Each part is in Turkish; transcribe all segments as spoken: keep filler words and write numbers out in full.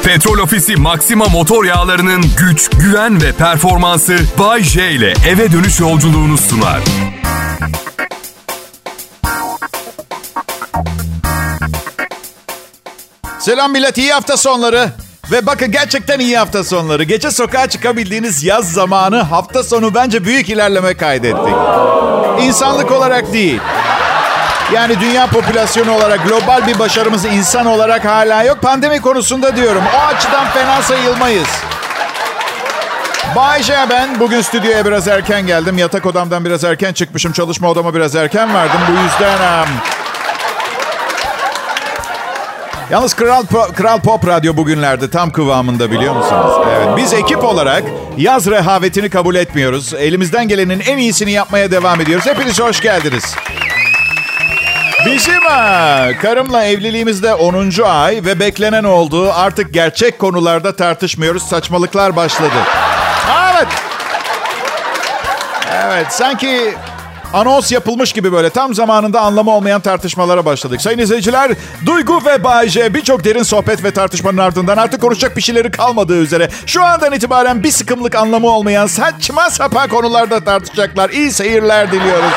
Petrol Ofisi Maxima motor yağlarının güç, güven ve performansı Bay J ile eve dönüş yolculuğunu sunar. Selam millet, iyi hafta sonları. Ve bakın gerçekten iyi hafta sonları. Gece sokağa çıkabildiğiniz yaz zamanı hafta sonu bence büyük ilerleme kaydettik. İnsanlık olarak değil. Yani dünya popülasyonu olarak global bir başarımız insan olarak hala yok. Pandemi konusunda diyorum. O açıdan fena sayılmayız. Bay J ben. Bugün stüdyoya biraz erken geldim. Yatak odamdan biraz erken çıkmışım. Çalışma odama biraz erken vardım. Bu yüzden... Um... Yalnız Kral, Kral Pop Radyo bugünlerde tam kıvamında, biliyor musunuz? Evet, biz ekip olarak yaz rehavetini kabul etmiyoruz. Elimizden gelenin en iyisini yapmaya devam ediyoruz. Hepiniz hoş geldiniz. Bizim ha, karımla evliliğimizde onuncu ay ve beklenen oldu. Artık gerçek konularda tartışmıyoruz. Saçmalıklar başladı. Evet. Evet, sanki anons yapılmış gibi böyle tam zamanında anlamı olmayan tartışmalara başladık. Sayın izleyiciler, Duygu ve Bay J birçok derin sohbet ve tartışmanın ardından artık konuşacak bir şeyleri kalmadığı üzere şu andan itibaren bir sıkımlık anlamı olmayan saçma sapan konularda tartışacaklar. İyi seyirler diliyoruz.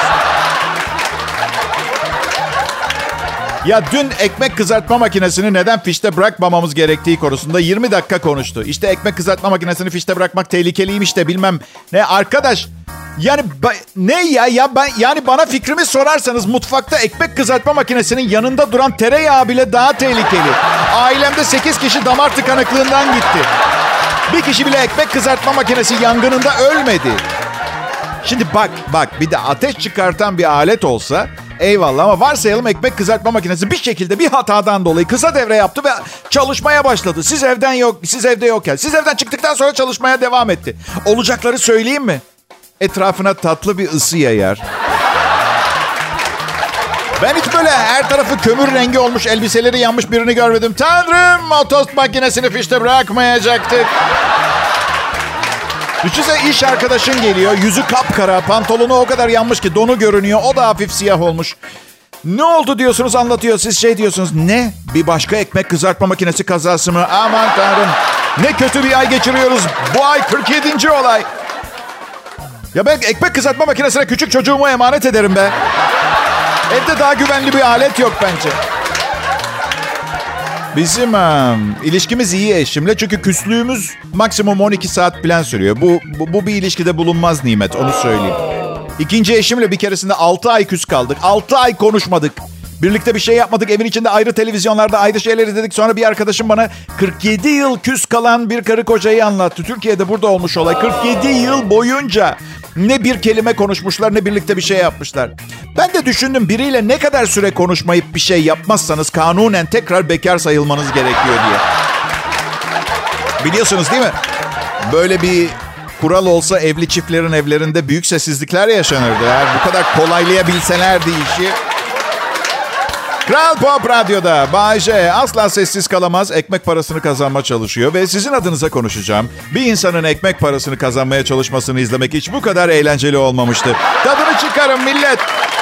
Ya dün ekmek kızartma makinesini neden fişte bırakmamamız gerektiği konusunda yirmi dakika konuştu. İşte ekmek kızartma makinesini fişte bırakmak tehlikeliymiş de bilmem ne. Arkadaş, yani ba- ne ya ya ben yani bana fikrimi sorarsanız mutfakta ekmek kızartma makinesinin yanında duran tereyağı bile daha tehlikeli. Ailemde sekiz kişi damar tıkanıklığından gitti. Bir kişi bile ekmek kızartma makinesi yangınında ölmedi. Şimdi bak bak bir de ateş çıkartan bir alet olsa eyvallah, ama varsayalım ekmek kızartma makinesi bir şekilde bir hatadan dolayı kısa devre yaptı ve çalışmaya başladı. Siz evden yok, siz evde yokken, siz evden çıktıktan sonra çalışmaya devam etti. Olacakları söyleyeyim mi? Etrafına tatlı bir ısı yayar. Ben hiç böyle her tarafı kömür rengi olmuş, elbiseleri yanmış birini görmedim. Tanrım, o tost makinesini fişte bırakmayacaktık. Düşünsene, iş arkadaşın geliyor, yüzü kapkara, pantolonu o kadar yanmış ki donu görünüyor, o da hafif siyah olmuş. Ne oldu diyorsunuz, anlatıyor, siz şey diyorsunuz, ne? Bir başka ekmek kızartma makinesi kazası mı? Aman tanrım, ne kötü bir ay geçiriyoruz, bu ay kırk yedinci olay. Ya ben ekmek kızartma makinesine küçük çocuğumu emanet ederim be. Evde daha güvenli bir alet yok bence. Bizim um, ilişkimiz iyi eşimle, çünkü küslüğümüz maksimum on iki saat falan sürüyor. Bu, bu, bu bir ilişkide bulunmaz nimet, onu söyleyeyim. İkinci eşimle bir keresinde altı ay küs kaldık. altı ay konuşmadık. Birlikte bir şey yapmadık. Evin içinde ayrı televizyonlarda ayrı şeyler izledik. Sonra bir arkadaşım bana kırk yedi yıl küs kalan bir karı kocayı anlattı. Türkiye'de burada olmuş olay. kırk yedi yıl boyunca ne bir kelime konuşmuşlar ne birlikte bir şey yapmışlar. Ben de düşündüm, biriyle ne kadar süre konuşmayıp bir şey yapmazsanız kanunen tekrar bekar sayılmanız gerekiyor diye. Biliyorsunuz değil mi? Böyle bir kural olsa evli çiftlerin evlerinde büyük sessizlikler yaşanırdı. Eğer bu kadar kolaylayabilselerdi işi. Kral Pop Radyo'da Bay J asla sessiz kalamaz, ekmek parasını kazanmaya çalışıyor ve sizin adınıza konuşacağım. Bir insanın ekmek parasını kazanmaya çalışmasını izlemek hiç bu kadar eğlenceli olmamıştı. Tadını çıkarın millet.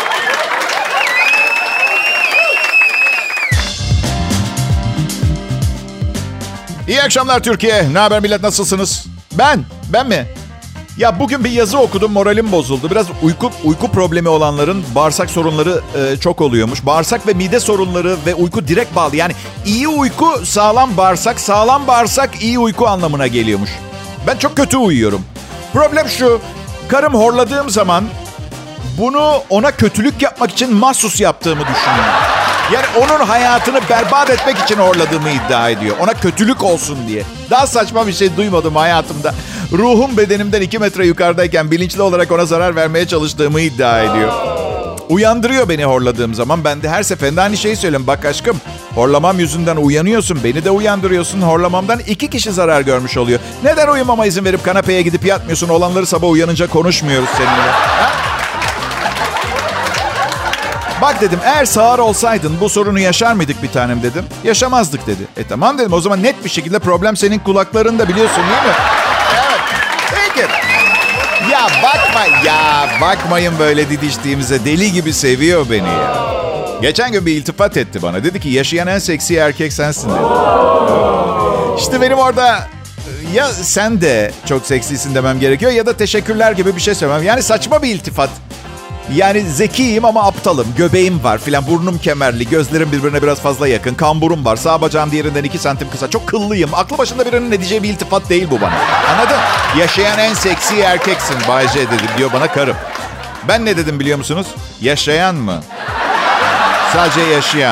İyi akşamlar Türkiye. Ne haber millet, nasılsınız? Ben, ben mi? Ya bugün bir yazı okudum, moralim bozuldu. Biraz uyku uyku problemi olanların bağırsak sorunları e, çok oluyormuş. Bağırsak ve mide sorunları ve uyku direkt bağlı. Yani iyi uyku sağlam bağırsak, sağlam bağırsak iyi uyku anlamına geliyormuş. Ben çok kötü uyuyorum. Problem şu, karım horladığım zaman bunu ona kötülük yapmak için mahsus yaptığımı düşünüyorum. Yani onun hayatını berbat etmek için horladığımı iddia ediyor. Ona kötülük olsun diye. Daha saçma bir şey duymadım hayatımda. Ruhum bedenimden iki metre yukarıdayken bilinçli olarak ona zarar vermeye çalıştığımı iddia ediyor. Uyandırıyor beni horladığım zaman. Ben de her seferinde aynı şeyi söylüyorum. Bak aşkım, horlamam yüzünden uyanıyorsun. Beni de uyandırıyorsun. Horlamamdan iki kişi zarar görmüş oluyor. Neden uyumama izin verip kanepeye gidip yatmıyorsun? Olanları sabah uyanınca konuşmuyoruz seninle. Ha? Bak dedim, eğer sağır olsaydın bu sorunu yaşar mıydık bir tanem dedim. Yaşamazdık dedi. E tamam dedim, o zaman net bir şekilde problem senin kulaklarında, biliyorsun değil mi? Evet. Peki. Ya bakma ya bakmayın böyle didiştiğimize, deli gibi seviyor beni ya. Geçen gün bir iltifat etti bana. Dedi ki yaşayan en seksi erkek sensin dedi. İşte Açıkçası benim orada ya sen de çok seksisin demem gerekiyor ya da teşekkürler gibi bir şey söylemem. Yani saçma bir iltifat. Yani zekiyim ama aptalım. Göbeğim var filan. Burnum kemerli. Gözlerim birbirine biraz fazla yakın. Kamburum var. Sağ bacağım diğerinden iki santim kısa. Çok kıllıyım. Aklı başında birinin ne diyeceği bir iltifat değil bu bana. Anladın? Yaşayan en seksi erkeksin Bay J dedim diyor bana karım. Ben ne dedim biliyor musunuz? Yaşayan mı? Sadece yaşayan.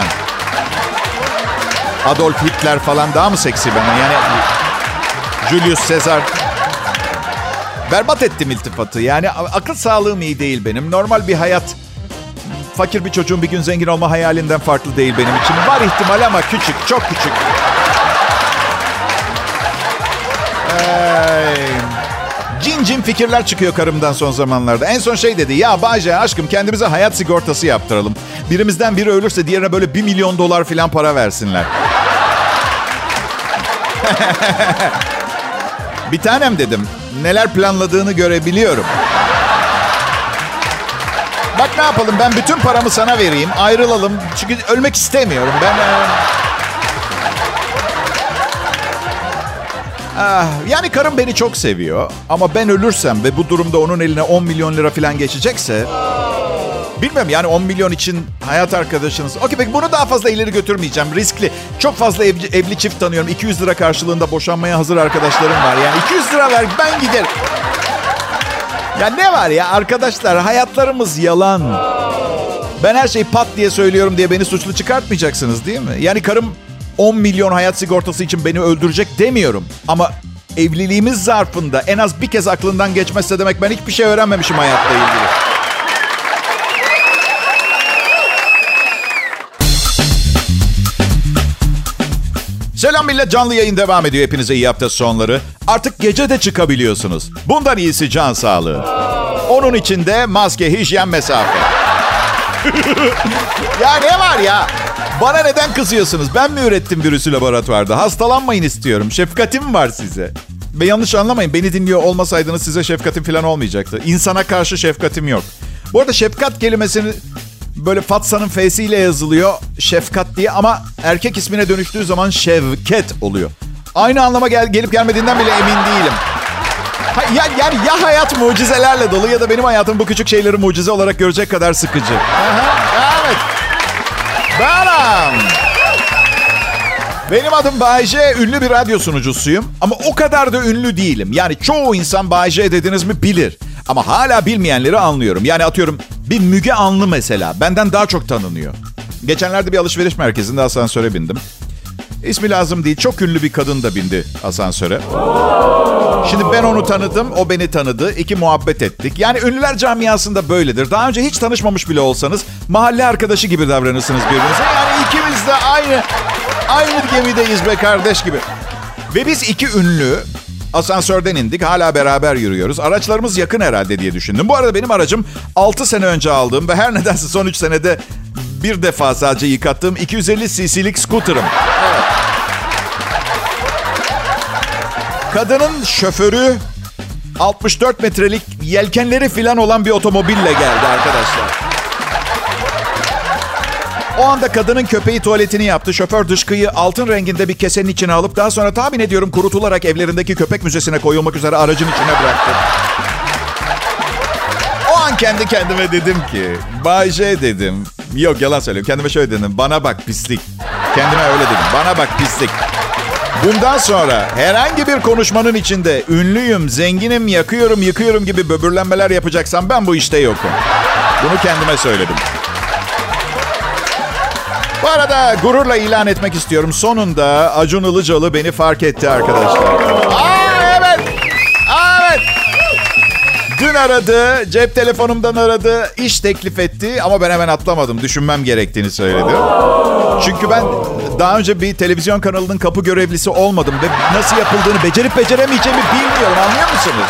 Adolf Hitler falan daha mı seksi bana? Yani Julius Caesar. Berbat ettim iltifatı. Yani akıl sağlığım iyi değil benim. Normal bir hayat, fakir bir çocuğun bir gün zengin olma hayalinden farklı değil benim için. Var ihtimal ama küçük, çok küçük. Hey. Cin cin fikirler çıkıyor karımdan son zamanlarda. En son şey dedi. Ya Bayce aşkım kendimize hayat sigortası yaptıralım. Birimizden biri ölürse diğerine böyle bir milyon dolar falan para versinler. Bir tanem dedim. Neler planladığını görebiliyorum. Bak ne yapalım, ben bütün paramı sana vereyim. Ayrılalım. Çünkü ölmek istemiyorum. Ben... Ah, yani karım beni çok seviyor. Ama ben ölürsem ve bu durumda onun eline on milyon lira falan geçecekse... Bilmiyorum yani on milyon için hayat arkadaşınız... Okey peki bunu daha fazla ileri götürmeyeceğim. Riskli. Çok fazla ev, evli çift tanıyorum. iki yüz lira karşılığında boşanmaya hazır arkadaşlarım var. Yani iki yüz lira ver ben giderim. Ya ne var ya arkadaşlar, hayatlarımız yalan. Ben her şeyi pat diye söylüyorum diye beni suçlu çıkartmayacaksınız değil mi? Yani karım on milyon hayat sigortası için beni öldürecek demiyorum. Ama evliliğimiz zarfında en az bir kez aklından geçmezse demek ben hiçbir şey öğrenmemişim hayatla ilgili. Selam millet, canlı yayın devam ediyor. Hepinize iyi hafta sonları. Artık gece de çıkabiliyorsunuz. Bundan iyisi can sağlığı. Onun içinde maske, hijyen, mesafe. Ya ne var ya? Bana neden kızıyorsunuz? Ben mi ürettim virüsü laboratuvarda? Hastalanmayın istiyorum. Şefkatim var size. Ve yanlış anlamayın. Beni dinliyor olmasaydınız size şefkatim falan olmayacaktı. İnsana karşı şefkatim yok. Bu arada şefkat kelimesini... Böyle Fatsa'nın F'siyle yazılıyor. Şefkat diye ama erkek ismine dönüştüğü zaman Şevket oluyor. Aynı anlama gel- gelip gelmediğinden bile emin değilim. Ha, ya, yani ya hayat mucizelerle dolu ya da benim hayatım bu küçük şeyleri mucize olarak görecek kadar sıkıcı. Aha, evet. Benim. Benim adım Bay J. Ünlü bir radyo sunucusuyum. Ama o kadar da ünlü değilim. Yani çoğu insan Bay J dediniz mi bilir. Ama hala bilmeyenleri anlıyorum. Yani atıyorum bir Müge Anlı mesela. Benden daha çok tanınıyor. Geçenlerde bir alışveriş merkezinde asansöre bindim. İsmi lazım değil. Çok ünlü bir kadın da bindi asansöre. Şimdi ben onu tanıdım. O beni tanıdı. İki muhabbet ettik. Yani ünlüler camiasında böyledir. Daha önce hiç tanışmamış bile olsanız mahalle arkadaşı gibi davranırsınız birbirinize. Yani ikimiz de aynı aynı gemideyiz be kardeş gibi. Ve biz iki ünlü asansörden indik. Hala beraber yürüyoruz. Araçlarımız yakın herhalde diye düşündüm. Bu arada benim aracım altı sene önce aldığım ve her nedense son üç senede bir defa sadece yıkattığım iki yüz elli cc'lik scooter'ım. Evet. Kadının şoförü altmış dört metrelik yelkenleri falan olan bir otomobille geldi arkadaşlar. O anda kadının köpeği tuvaletini yaptı. Şoför dışkıyı altın renginde bir kesenin içine alıp daha sonra tahmin ediyorum kurutularak evlerindeki köpek müzesine koyulmak üzere aracın içine bıraktı. O an kendi kendime dedim ki, Bay J dedim. Yok yalan söylüyorum. Kendime şöyle dedim. Bana bak pislik. Kendime öyle dedim. Bana bak pislik. Bundan sonra herhangi bir konuşmanın içinde ünlüyüm, zenginim, yakıyorum, yıkıyorum gibi böbürlenmeler yapacaksam ben bu işte yokum. Bunu kendime söyledim. Bu arada gururla ilan etmek istiyorum. Sonunda Acun Ilıcalı beni fark etti arkadaşlar. Aa evet. Evet. Dün aradı. Cep telefonumdan aradı. İş teklif etti. Ama ben hemen atlamadım. Düşünmem gerektiğini söyledi. Çünkü ben daha önce bir televizyon kanalının kapı görevlisi olmadım. Ve nasıl yapıldığını becerip beceremeyeceğimi bilmiyorum. Anlıyor musunuz?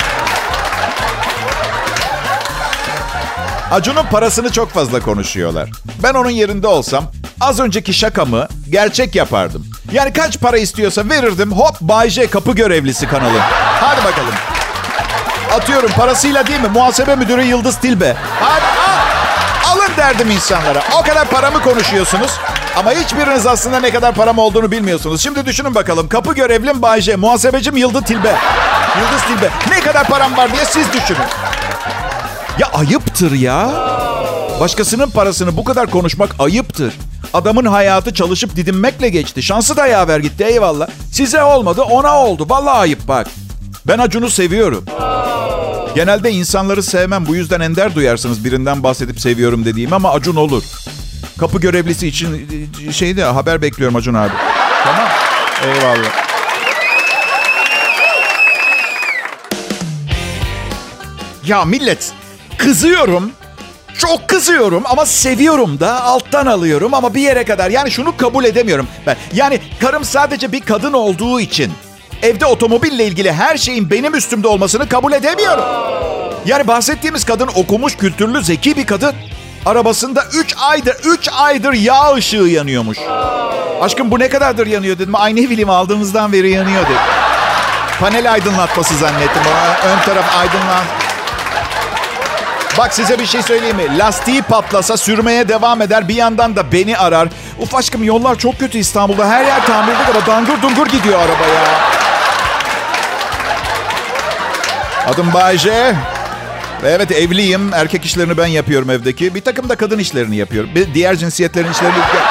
Acun'un parasını çok fazla konuşuyorlar. Ben onun yerinde olsam az önceki şakamı gerçek yapardım. Yani kaç para istiyorsa verirdim. Hop Bay J kapı görevlisi kanalı. Hadi bakalım. Atıyorum parasıyla değil mi? Muhasebe müdürü Yıldız Tilbe. Hadi al. Alın derdim insanlara. O kadar paramı konuşuyorsunuz. Ama hiçbiriniz aslında ne kadar param olduğunu bilmiyorsunuz. Şimdi düşünün bakalım. Kapı görevlim Bay J, muhasebecim Yıldız Tilbe. Yıldız Tilbe. Ne kadar param var diye siz düşünün. Ya ayıptır ya. Başkasının parasını bu kadar konuşmak ayıptır. Adamın hayatı çalışıp didinmekle geçti. Şansı da yaver gitti, eyvallah. Size olmadı, ona oldu. Vallahi ayıp bak. Ben Acun'u seviyorum. Genelde insanları sevmem. Bu yüzden ender duyarsınız birinden bahsedip seviyorum dediğim, ama Acun olur. Kapı görevlisi için şeyde haber bekliyorum Acun abi. Tamam. Eyvallah. Ya millet, kızıyorum. Çok kızıyorum ama seviyorum da, alttan alıyorum ama bir yere kadar. Yani şunu kabul edemiyorum ben. Yani karım sadece bir kadın olduğu için evde otomobille ilgili her şeyin benim üstümde olmasını kabul edemiyorum. Yani bahsettiğimiz kadın okumuş, kültürlü, zeki bir kadın. Arabasında üç aydır, üç aydır yağ ışığı yanıyormuş. Aşkım bu ne kadardır yanıyor dedim. Ay ne bileyim, aldığımızdan beri yanıyor dedi. Panel aydınlatması zannettim. Ön taraf aydınlan. Bak size bir şey söyleyeyim mi? Lastiği patlasa sürmeye devam eder. Bir yandan da beni arar. Uf aşkım, yollar çok kötü İstanbul'da. Her yer tamirde ama dangur dungur gidiyor araba ya. Adım Bay J. Evet, evliyim. Erkek işlerini ben yapıyorum evdeki. Bir takım da kadın işlerini yapıyorum. Diğer cinsiyetlerin işlerini...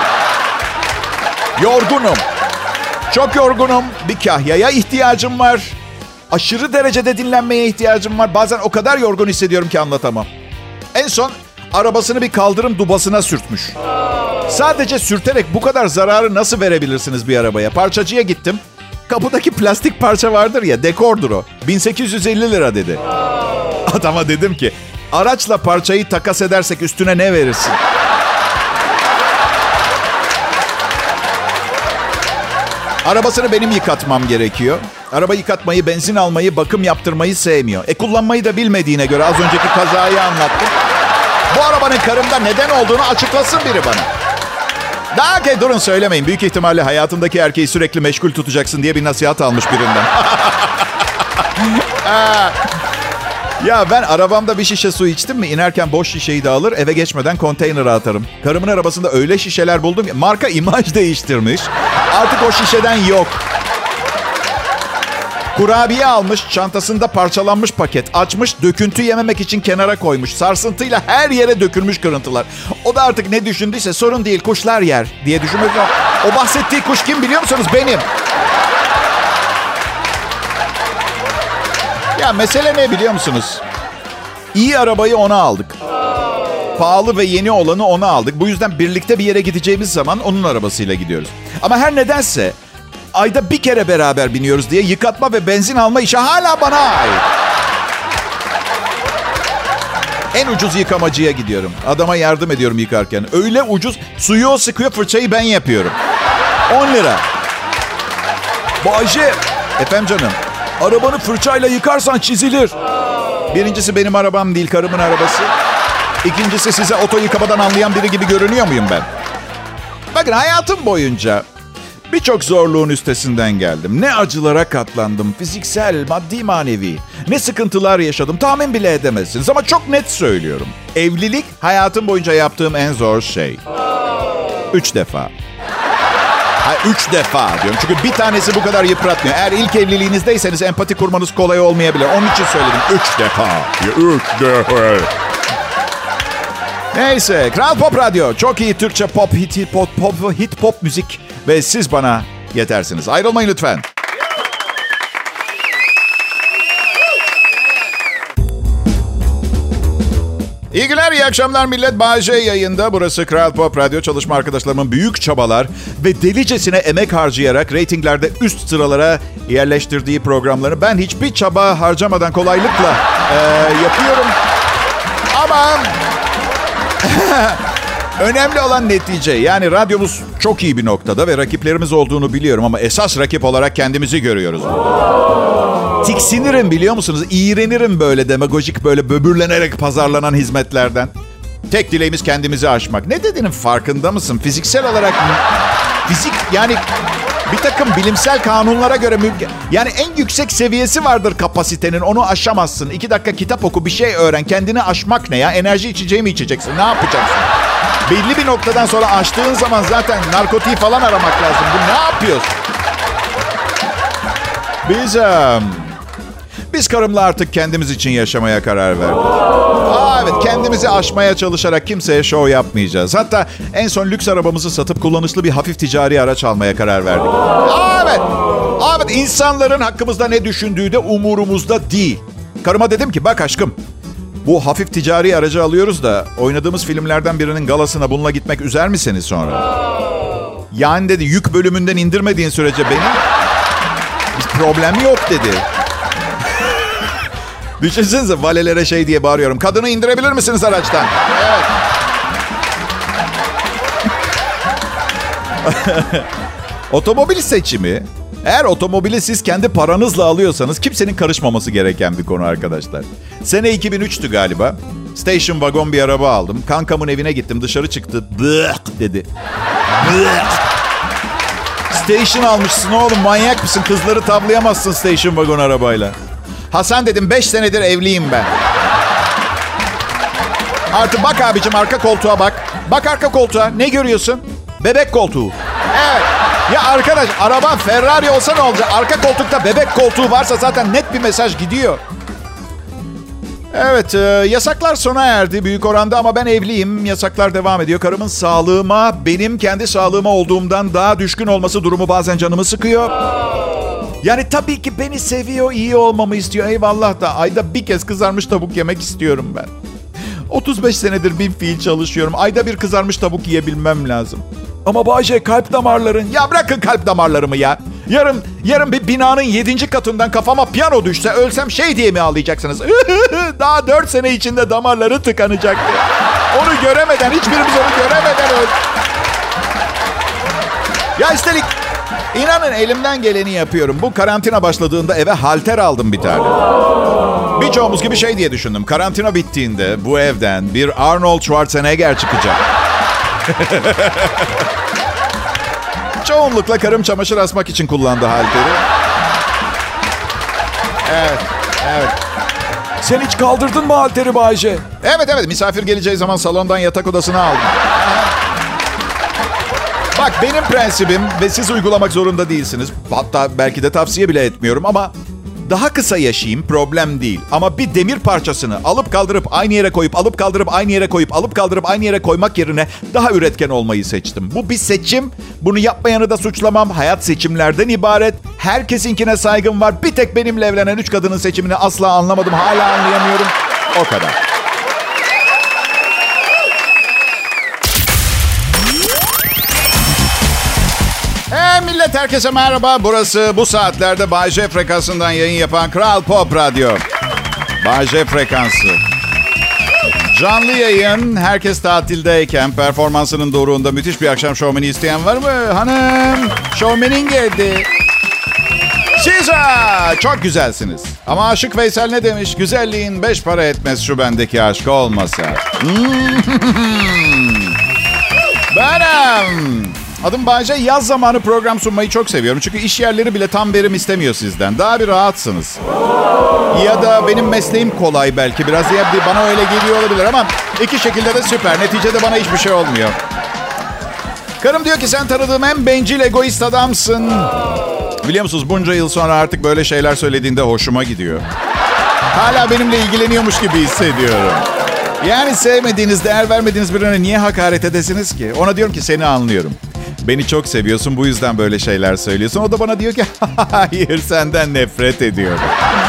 Yorgunum. Çok yorgunum. Bir kahyaya ihtiyacım var. Aşırı derecede dinlenmeye ihtiyacım var. Bazen o kadar yorgun hissediyorum ki anlatamam. En son arabasını bir kaldırım dubasına sürtmüş. Sadece sürterek bu kadar zararı nasıl verebilirsiniz bir arabaya? Parçacıya gittim. Kapıdaki plastik parça vardır ya, dekordur o. bin sekiz yüz elli lira dedi. Adama dedim ki, araçla parçayı takas edersek üstüne ne verirsin? Arabasını benim yıkatmam gerekiyor. Araba yıkatmayı, benzin almayı, bakım yaptırmayı sevmiyor. E kullanmayı da bilmediğine göre az önceki kazayı anlattım. Bu arabanın karımda neden olduğunu açıklasın biri bana. Daha ki durun söylemeyin. Büyük ihtimalle hayatındaki erkeği sürekli meşgul tutacaksın diye bir nasihat almış birinden. Ya ben arabamda bir şişe su içtim mi, inerken boş şişeyi de alır, eve geçmeden konteynere atarım. Karımın arabasında öyle şişeler buldum. Marka imaj değiştirmiş. Artık o şişeden yok. Kurabiye almış, çantasında parçalanmış paket. Açmış, döküntü yememek için kenara koymuş. Sarsıntıyla her yere dökülmüş kırıntılar. O da artık ne düşündüyse sorun değil, kuşlar yer diye düşünmüş. O bahsettiği kuş kim biliyor musunuz? Benim. Ya mesele ne biliyor musunuz? İyi arabayı ona aldık. Pahalı ve yeni olanı ona aldık. Bu yüzden birlikte bir yere gideceğimiz zaman onun arabasıyla gidiyoruz. Ama her nedense ayda bir kere beraber biniyoruz diye yıkatma ve benzin alma işi hala bana ait. En ucuz yıkamacıya gidiyorum. Adama yardım ediyorum yıkarken. Öyle ucuz, suyu o sıkıyor, fırçayı ben yapıyorum. on lira. Bayce, efendim canım. Arabanı fırçayla yıkarsan çizilir. Birincisi benim arabam değil, karımın arabası. İkincisi size oto yıkamadan anlayan biri gibi görünüyor muyum ben? Bakın hayatım boyunca birçok zorluğun üstesinden geldim. Ne acılara katlandım, fiziksel, maddi, manevi. Ne sıkıntılar yaşadım, tahmin bile edemezsiniz. Ama çok net söylüyorum. Evlilik hayatım boyunca yaptığım en zor şey. Üç defa. Hayır, üç defa diyorum. Çünkü bir tanesi bu kadar yıpratmıyor. Eğer ilk evliliğinizdeyseniz empati kurmanız kolay olmayabilir. Onun için söyledim. Üç defa. Üç defa. Neyse. Kral Pop Radyo. Çok iyi Türkçe pop, hit, hit pop, pop, hit pop müzik. Ve siz bana yetersiniz. Ayrılmayın lütfen. İyi günler, iyi akşamlar millet. Bay J yayında. Burası Kral Pop Radyo. Çalışma arkadaşlarımın büyük çabalar ve delicesine emek harcayarak reytinglerde üst sıralara yerleştirdiği programları ben hiçbir çaba harcamadan kolaylıkla e, yapıyorum. Ama önemli olan netice. Yani radyomuz çok iyi bir noktada ve rakiplerimiz olduğunu biliyorum ama esas rakip olarak kendimizi görüyoruz. Tiksinirim biliyor musunuz? İğrenirim böyle demagojik, böyle böbürlenerek pazarlanan hizmetlerden. Tek dileğimiz kendimizi aşmak. Ne dediğinin farkında mısın? Fiziksel olarak fizik yani bir takım bilimsel kanunlara göre mümkün. Yani en yüksek seviyesi vardır kapasitenin. Onu aşamazsın. İki dakika kitap oku, bir şey öğren. Kendini aşmak ne ya? Enerji içeceği mi içeceksin? Ne yapacaksın? Belli bir noktadan sonra açtığın zaman zaten narkotiği falan aramak lazım. Bu ne yapıyorsun? Biz... Um, biz karımla artık kendimiz için yaşamaya karar verdik. Aa, evet, kendimizi aşmaya çalışarak kimseye şov yapmayacağız. Hatta en son lüks arabamızı satıp kullanışlı bir hafif ticari araç almaya karar verdik. Aa, evet. Aa, evet, insanların hakkımızda ne düşündüğü de umurumuzda değil. Karıma dedim ki bak aşkım, bu hafif ticari aracı alıyoruz da oynadığımız filmlerden birinin galasına bununla gitmek üzer mi seni sonra? Yani dedi, yük bölümünden indirmediğin sürece benim bir problem yok dedi. Düşünsenize, valelere şey diye bağırıyorum. Kadını indirebilir misiniz araçtan? Evet. Otomobil seçimi, eğer otomobili siz kendi paranızla alıyorsanız kimsenin karışmaması gereken bir konu arkadaşlar. Sene iki bin üçtü galiba. Station wagon bir araba aldım. Kankamın evine gittim, dışarı çıktı. Bık dedi. Bık. Station almışsın oğlum, manyak mısın? Kızları tavlayamazsın station wagon arabayla. Hasan dedim, beş senedir evliyim ben. Artık bak abicim, arka koltuğa bak. Bak arka koltuğa, ne görüyorsun? Bebek koltuğu. Evet. Ya arkadaş, araban Ferrari olsa ne olacak? Arka koltukta bebek koltuğu varsa zaten net bir mesaj gidiyor. Evet, e, yasaklar sona erdi büyük oranda ama ben evliyim. Yasaklar devam ediyor. Karımın sağlığıma, benim kendi sağlığıma olduğumdan daha düşkün olması durumu bazen canımı sıkıyor. Yani tabii ki beni seviyor, iyi olmamı istiyor. Eyvallah da ayda bir kez kızarmış tavuk yemek istiyorum ben. otuz beş senedir bir fiil çalışıyorum. Ayda bir kızarmış tavuk yiyebilmem lazım. Ama Bayce, kalp damarların... Ya bırakın kalp damarlarımı ya. Yarın, yarın bir binanın yedinci katından kafama piyano düşse ölsem şey diye mi ağlayacaksınız? Daha dört sene içinde damarları tıkanacaktı. Onu göremeden, hiçbirimiz onu göremeden öldü. Ya üstelik... İnanın elimden geleni yapıyorum. Bu karantina başladığında eve halter aldım bir tane. Birçoğumuz gibi şey diye düşündüm. Karantina bittiğinde bu evden bir Arnold Schwarzenegger çıkacak. Çoğunlukla karım çamaşır asmak için kullandı halteri. Evet, evet. Sen hiç kaldırdın mı halteri Bayce? Evet evet, misafir geleceği zaman salondan yatak odasına aldım. Bak, benim prensibim ve siz uygulamak zorunda değilsiniz. Hatta belki de tavsiye bile etmiyorum ama daha kısa yaşayayım, problem değil. Ama bir demir parçasını alıp kaldırıp aynı yere koyup, alıp kaldırıp aynı yere koyup, alıp kaldırıp aynı yere koymak yerine daha üretken olmayı seçtim. Bu bir seçim. Bunu yapmayanı da suçlamam. Hayat seçimlerden ibaret. Herkesinkine saygım var. Bir tek benimle evlenen üç kadının seçimini asla anlamadım. Hala anlayamıyorum. O kadar. Hey millet, herkese merhaba. Burası bu saatlerde Bay J frekansından yayın yapan Kral Pop Radyo. Bay J frekansı. Canlı yayın, herkes tatildeyken performansının doruğunda müthiş bir akşam şovmeni isteyen var mı? Hanım, şovmenin geldi. Siz ha, çok güzelsiniz. Ama Aşık Veysel ne demiş? Güzelliğin beş para etmez şu bendeki aşk olmasa. Benim. Adım Bayce. Yaz zamanı program sunmayı çok seviyorum. Çünkü iş yerleri bile tam verim istemiyor sizden. Daha bir rahatsınız. Ya da benim mesleğim kolay belki. Biraz ya bana öyle geliyor olabilir ama iki şekilde de süper. Neticede bana hiçbir şey olmuyor. Karım diyor ki sen tanıdığım en bencil, egoist adamsın. Biliyor musunuz, bunca yıl sonra artık böyle şeyler söylediğinde hoşuma gidiyor. Hala benimle ilgileniyormuş gibi hissediyorum. Yani sevmediğiniz, değer vermediğiniz birine niye hakaret edesiniz ki? Ona diyorum ki seni anlıyorum. Beni çok seviyorsun, bu yüzden böyle şeyler söylüyorsun. O da bana diyor ki hayır, senden nefret ediyorum.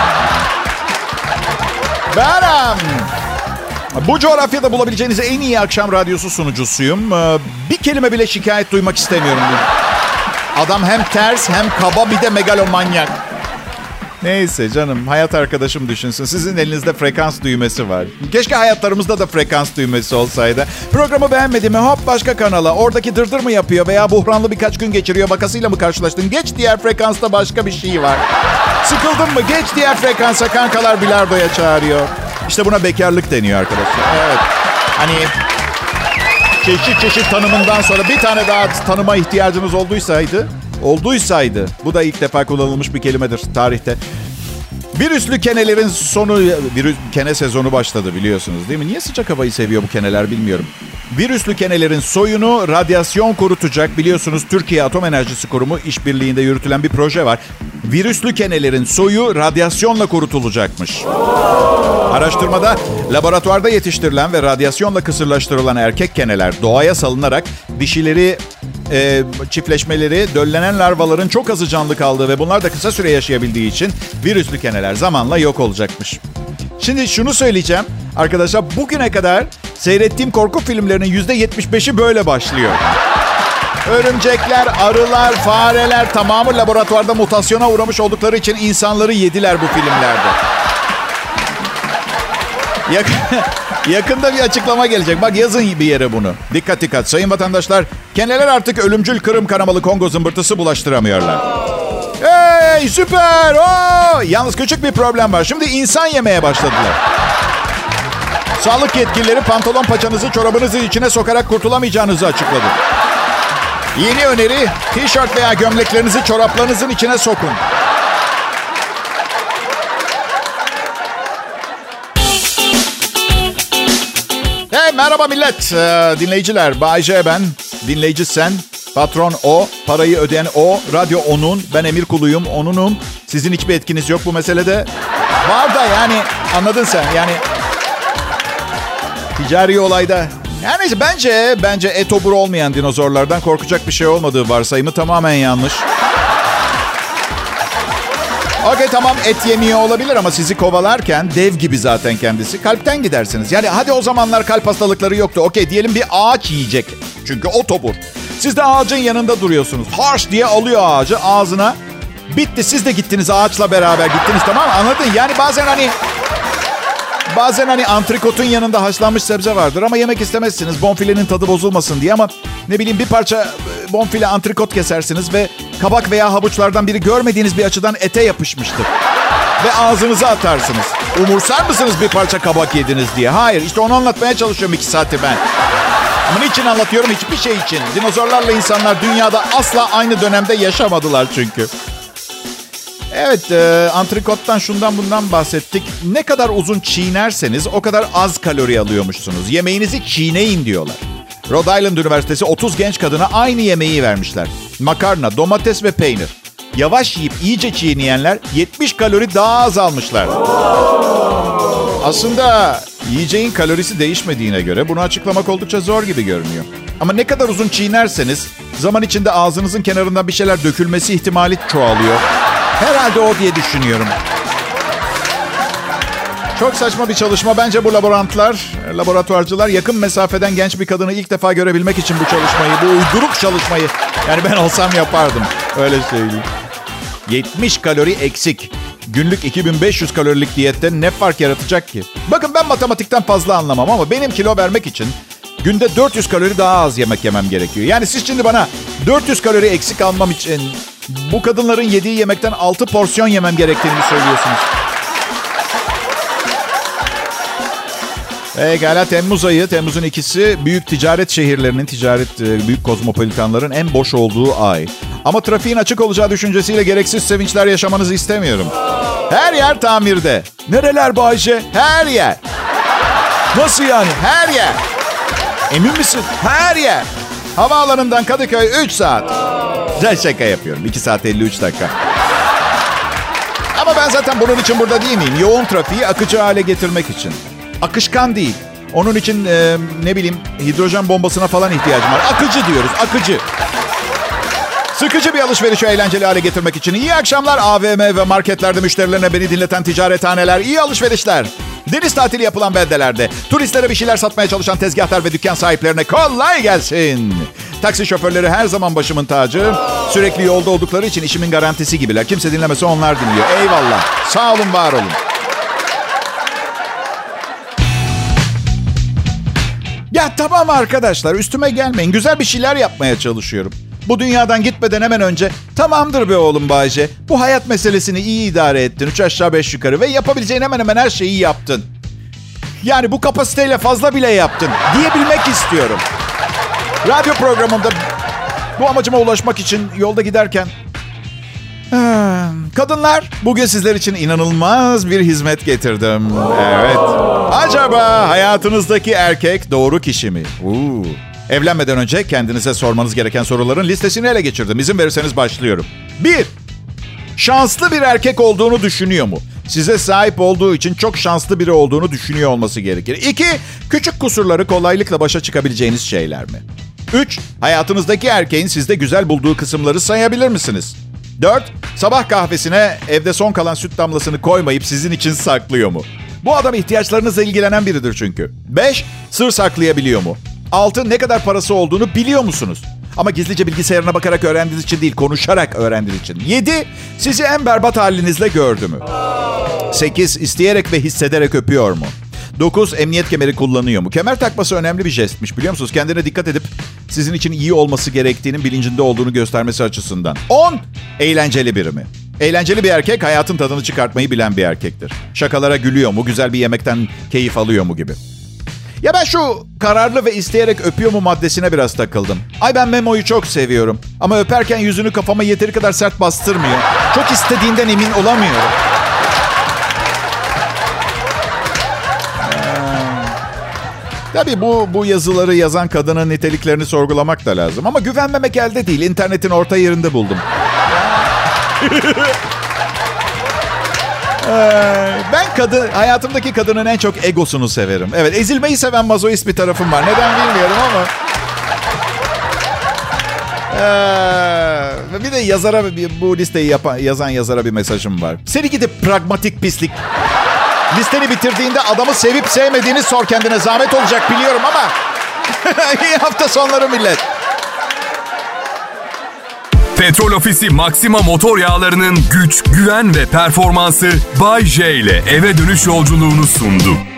Benim. Bu coğrafyada bulabileceğiniz en iyi akşam radyosu sunucusuyum. Bir kelime bile şikayet duymak istemiyorum. Adam hem ters hem kaba, bir de megalomanyak. Neyse canım, hayat arkadaşım düşünsün. Sizin elinizde frekans düğmesi var. Keşke hayatlarımızda da frekans düğmesi olsaydı. Programı beğenmedi mi hop başka kanala. Oradaki dırdır mı yapıyor veya buhranlı birkaç gün geçiriyor, vakasıyla mı karşılaştın? Geç diğer frekansta, başka bir şey var. Sıkıldın mı? Geç diğer frekansa, kankalar bilardoya çağırıyor. İşte buna bekarlık deniyor arkadaşlar. Evet. Hani çeşit çeşit tanımından sonra bir tane daha tanıma ihtiyacınız olduysaydı... Olduysaydı, bu da ilk defa kullanılmış bir kelimedir tarihte. Virüslü kenelerin sonu, virüs, kene sezonu başladı biliyorsunuz değil mi? Niye sıcak havayı seviyor bu keneler bilmiyorum. Virüslü kenelerin soyunu radyasyon kurutacak. Biliyorsunuz Türkiye Atom Enerjisi Kurumu işbirliğinde yürütülen bir proje var. Virüslü kenelerin soyu radyasyonla kurutulacakmış. Araştırmada laboratuvarda yetiştirilen ve radyasyonla kısırlaştırılan erkek keneler doğaya salınarak dişileri, e, çiftleşmeleri, döllenen larvaların çok azı canlı kaldığı ve bunlar da kısa süre yaşayabildiği için virüslü keneler zamanla yok olacakmış. Şimdi şunu söyleyeceğim arkadaşlar, bugüne kadar seyrettiğim korku filmlerinin yüzde yetmiş beşi böyle başlıyor. Örümcekler, arılar, fareler tamamı laboratuvarda mutasyona uğramış oldukları için insanları yediler bu filmlerde. Yak- Yakında bir açıklama gelecek. Bak yazın bir yere bunu. Dikkat dikkat. Sayın vatandaşlar, keneler artık ölümcül Kırım kanamalı Kongo zımbırtısı bulaştıramıyorlar. Hey süper! Oo! Yalnız küçük bir problem var. Şimdi insan yemeye başladılar. Sağlık yetkilileri pantolon paçanızı çorabınızın içine sokarak kurtulamayacağınızı açıkladı. Yeni öneri, tişört veya gömleklerinizi çoraplarınızın içine sokun. Hey merhaba millet, ee, dinleyiciler. Bay J ben, dinleyici sen, patron o, parayı ödeyen o, radyo onun, ben emir kuluyum, onunum. Sizin hiçbir etkiniz yok bu meselede. Var da yani anladın sen yani ticari olayda. Yani neyse bence, bence etobur olmayan dinozorlardan korkacak bir şey olmadığı varsayımı tamamen yanlış. Okey tamam et yemiyor olabilir ama sizi kovalarken dev gibi zaten kendisi. Kalpten gidersiniz. Yani hadi o zamanlar kalp hastalıkları yoktu. Okey diyelim bir ağaç yiyecek. Çünkü otobur. Siz de ağacın yanında duruyorsunuz. Harş diye alıyor ağacı ağzına. Bitti siz de gittiniz ağaçla beraber gittiniz tamam mı? Anladın? Yani bazen hani... Bazen hani antrikotun yanında haşlanmış sebze vardır ama yemek istemezsiniz. Bonfilenin tadı bozulmasın diye ama ne bileyim bir parça bonfile antrikot kesersiniz ve kabak veya havuçlardan biri görmediğiniz bir açıdan ete yapışmıştır. Ve ağzınıza atarsınız. Umursar mısınız bir parça kabak yediniz diye? Hayır işte onu anlatmaya çalışıyorum iki saati ben. Ama niçin anlatıyorum? Hiçbir şey için. Dinozorlarla insanlar dünyada asla aynı dönemde yaşamadılar çünkü. Evet, e, antrikottan şundan bundan bahsettik. Ne kadar uzun çiğnerseniz o kadar az kalori alıyormuşsunuz. Yemeğinizi çiğneyin diyorlar. Rhode Island Üniversitesi otuz genç kadına aynı yemeği vermişler. Makarna, domates ve peynir. Yavaş yiyip iyice çiğneyenler yetmiş kalori daha az almışlar. Aslında yiyeceğin kalorisi değişmediğine göre bunu açıklamak oldukça zor gibi görünüyor. Ama ne kadar uzun çiğnerseniz zaman içinde ağzınızın kenarından bir şeyler dökülmesi ihtimali çoğalıyor. Herhalde o diye düşünüyorum. Çok saçma bir çalışma. Bence bu laborantlar, laboratuvarcılar yakın mesafeden genç bir kadını ilk defa görebilmek için bu çalışmayı, bu uyduruk çalışmayı. Yani ben olsam yapardım. Öyle söyleyeyim. yetmiş kalori eksik. Günlük iki bin beş yüz kalorilik diyette ne fark yaratacak ki? Bakın ben matematikten fazla anlamam ama benim kilo vermek için günde dört yüz kalori daha az yemek yemem gerekiyor. Yani siz şimdi bana dört yüz kalori eksik almam için bu kadınların yediği yemekten altı porsiyon yemem gerektiğini söylüyorsunuz. Egala Temmuz ayı, Temmuz'un ikisi büyük ticaret şehirlerinin, ticaret büyük kozmopolitanların en boş olduğu ay. Ama trafiğin açık olacağı düşüncesiyle gereksiz sevinçler yaşamanızı istemiyorum. Her yer tamirde. Nereler Bayce? Her yer. Nasıl yani? Her yer. Emin misin? Her yer. Havaalanından Kadıköy üç saat. Güzel şaka yapıyorum. iki saat elli üç dakika. Ama ben zaten bunun için burada değil miyim? Yoğun trafiği akıcı hale getirmek için. Akışkan değil. Onun için e, ne bileyim hidrojen bombasına falan ihtiyacım var. Akıcı diyoruz, akıcı. Sıkıcı bir alışverişi eğlenceli hale getirmek için. İyi akşamlar A V M ve marketlerde müşterilerine beni dinleten ticarethaneler. İyi alışverişler. Deniz tatili yapılan beldelerde turistlere bir şeyler satmaya çalışan tezgahlar ve dükkan sahiplerine kolay gelsin. Taksi şoförleri her zaman başımın tacı. Sürekli yolda oldukları için işimin garantisi gibiler. Kimse dinlemese onlar dinliyor. Eyvallah. Sağ olun, var olun. Ya tamam arkadaşlar, üstüme gelmeyin. Güzel bir şeyler yapmaya çalışıyorum. Bu dünyadan gitmeden hemen önce tamamdır be oğlum Bayce. Bu hayat meselesini iyi idare ettin. Üç aşağı beş yukarı ve yapabileceğin hemen hemen her şeyi yaptın. Yani bu kapasiteyle fazla bile yaptın diyebilmek istiyorum. Radyo programımda bu amacıma ulaşmak için yolda giderken Kadınlar, bugün sizler için inanılmaz bir hizmet getirdim. Evet. Acaba hayatınızdaki erkek doğru kişi mi? Uuu. Evlenmeden önce kendinize sormanız gereken soruların listesini ele geçirdim. İzin verirseniz başlıyorum. Bir. Şanslı bir erkek olduğunu düşünüyor mu? Size sahip olduğu için çok şanslı biri olduğunu düşünüyor olması gerekir. İki. Küçük kusurları kolaylıkla başa çıkabileceğiniz şeyler mi? Üç. Hayatınızdaki erkeğin sizde güzel bulduğu kısımları sayabilir misiniz? Dört. Sabah kahvesine evde son kalan süt damlasını koymayıp sizin için saklıyor mu? Bu adam ihtiyaçlarınızla ilgilenen biridir çünkü. Beş. Sır saklayabiliyor mu? Altı. Ne kadar parası olduğunu biliyor musunuz? Ama gizlice bilgisayarına bakarak öğrendiğiniz için değil, konuşarak öğrendiğiniz için. Yedi. Sizi en berbat halinizle gördü mü? Sekiz. İsteyerek ve hissederek öpüyor mu? Dokuz. Emniyet kemeri kullanıyor mu? Kemer takması önemli bir jestmiş, biliyor musunuz? Kendine dikkat edip sizin için iyi olması gerektiğinin bilincinde olduğunu göstermesi açısından. On. Eğlenceli biri mi? Eğlenceli bir erkek hayatın tadını çıkartmayı bilen bir erkektir. Şakalara gülüyor mu? Güzel bir yemekten keyif alıyor mu gibi. Ya ben şu kararlı ve isteyerek öpüyor mu maddesine biraz takıldım. Ay ben Memo'yu çok seviyorum. Ama öperken yüzünü kafama yeteri kadar sert bastırmıyor. Çok istediğinden emin olamıyorum. Tabii bu, bu yazıları yazan kadının niteliklerini sorgulamak da lazım. Ama güvenmemek elde değil. İnternetin orta yerinde buldum. Ben kadın, hayatımdaki kadının en çok egosunu severim. Evet, ezilmeyi seven mazoist bir tarafım var. Neden bilmiyorum ama. Ee, bir de yazara, bu listeyi yapan, yazan yazara bir mesajım var. Seni gidip pragmatik pislik. Listeni bitirdiğinde adamı sevip sevmediğini sor kendine. Zahmet olacak biliyorum ama. İyi hafta sonları millet. Petrol Ofisi Maxima motor yağlarının güç, güven ve performansı Bay J ile eve dönüş yolculuğunu sundu.